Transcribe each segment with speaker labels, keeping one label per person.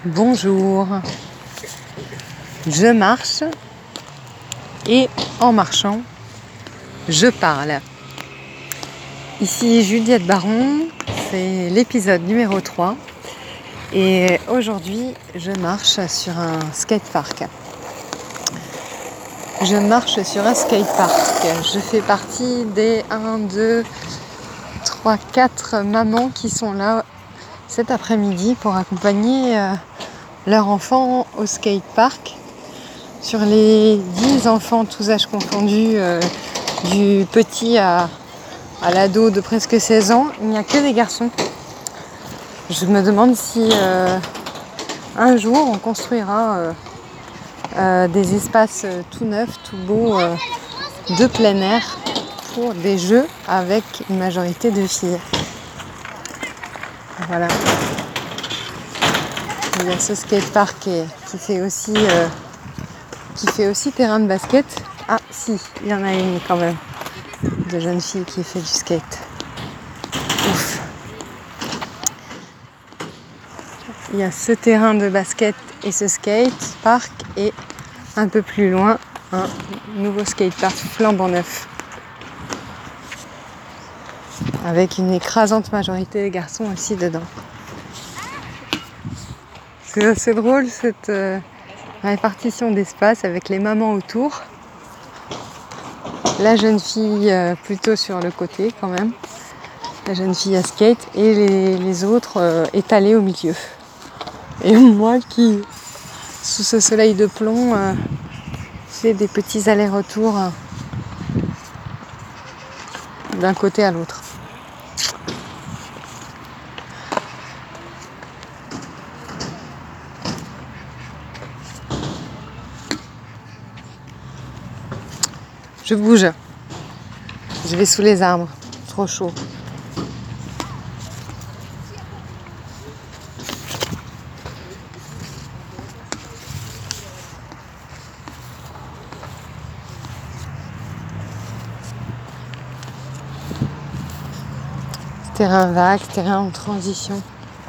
Speaker 1: Bonjour, je marche et en marchant, je parle. Ici Juliette Baron, c'est l'épisode numéro 3 et aujourd'hui je marche sur un skatepark. Je marche sur un skatepark. Je fais partie des 1, 2, 3, 4 mamans qui sont là cet après-midi pour accompagner leur enfant au skatepark. Sur les 10 enfants, tous âges confondus, du petit à l'ado de presque 16 ans, il n'y a que des garçons. Je me demande si un jour on construira des espaces tout neufs, tout beaux, de plein air pour des jeux avec une majorité de filles. Voilà. Il y a ce skatepark qui fait aussi terrain de basket. Ah si, il y en a une quand même, de jeune fille qui fait du skate. Ouf. Il y a ce terrain de basket et ce skatepark et un peu plus loin, un nouveau skatepark flambant neuf. Avec une écrasante majorité de garçons aussi dedans. C'est assez drôle cette répartition d'espace avec les mamans autour. La jeune fille plutôt sur le côté quand même. La jeune fille à skate et les autres étalés au milieu. Et moi qui, sous ce soleil de plomb, fais des petits allers-retours d'un côté à l'autre. Je bouge. Je vais sous les arbres. Trop chaud. Terrain vague, terrain en transition.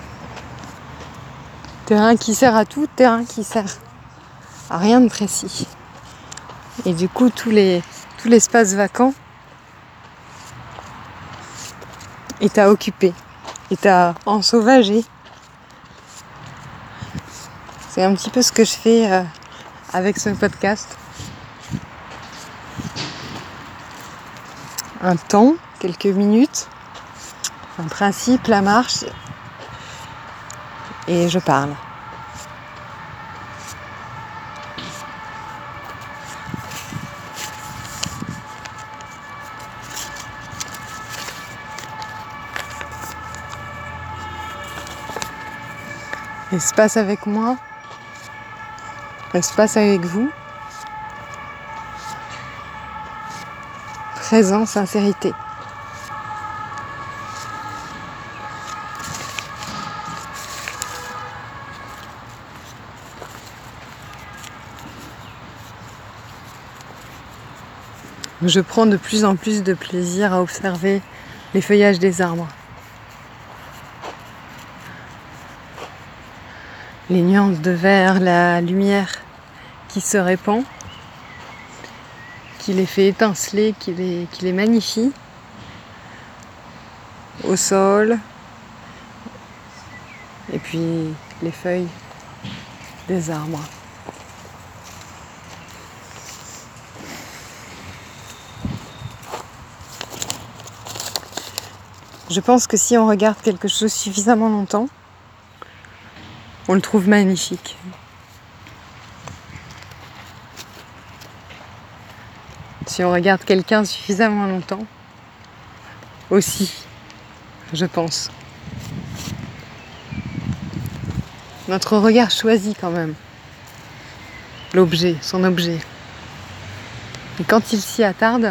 Speaker 1: Terrain qui sert à tout, terrain qui sert à rien de précis. Et du coup, tout l'espace vacant est à occuper, est à ensauvager. C'est un petit peu ce que je fais avec ce podcast. Un temps, quelques minutes, en principe la marche, et je parle. Espace avec moi, espace avec vous, présence, sincérité. Je prends de plus en plus de plaisir à observer les feuillages des arbres. Les nuances de vert, la lumière qui se répand, qui les fait étinceler, qui les magnifie au sol, et puis les feuilles des arbres. Je pense que si on regarde quelque chose suffisamment longtemps, on le trouve magnifique. Si on regarde quelqu'un suffisamment longtemps, aussi, je pense. Notre regard choisit quand même l'objet, son objet. Et quand il s'y attarde,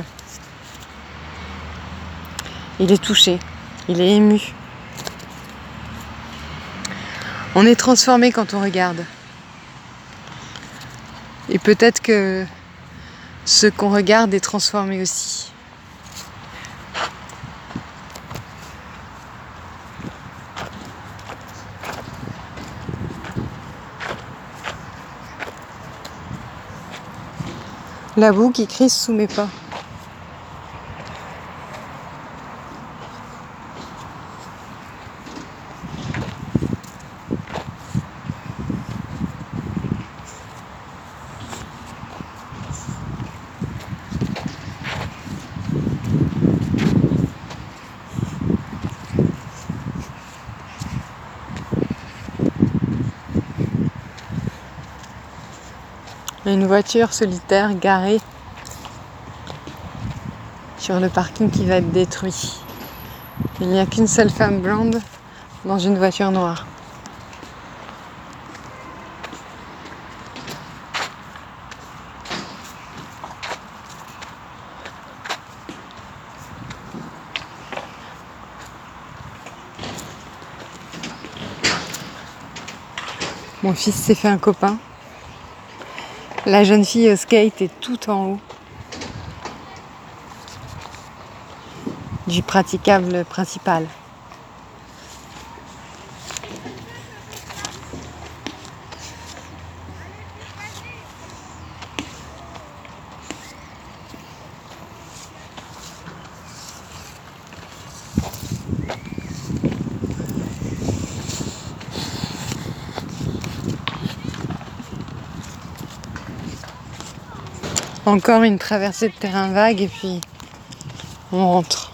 Speaker 1: il est touché, il est ému. On est transformé quand on regarde. Et peut-être que ce qu'on regarde est transformé aussi. La boue qui crisse sous mes pas. Une voiture solitaire garée sur le parking qui va être détruit. Il n'y a qu'une seule femme blonde dans une voiture noire. Mon fils s'est fait un copain. La jeune fille au skate est tout en haut du praticable principal. Encore une traversée de terrain vague et puis on rentre.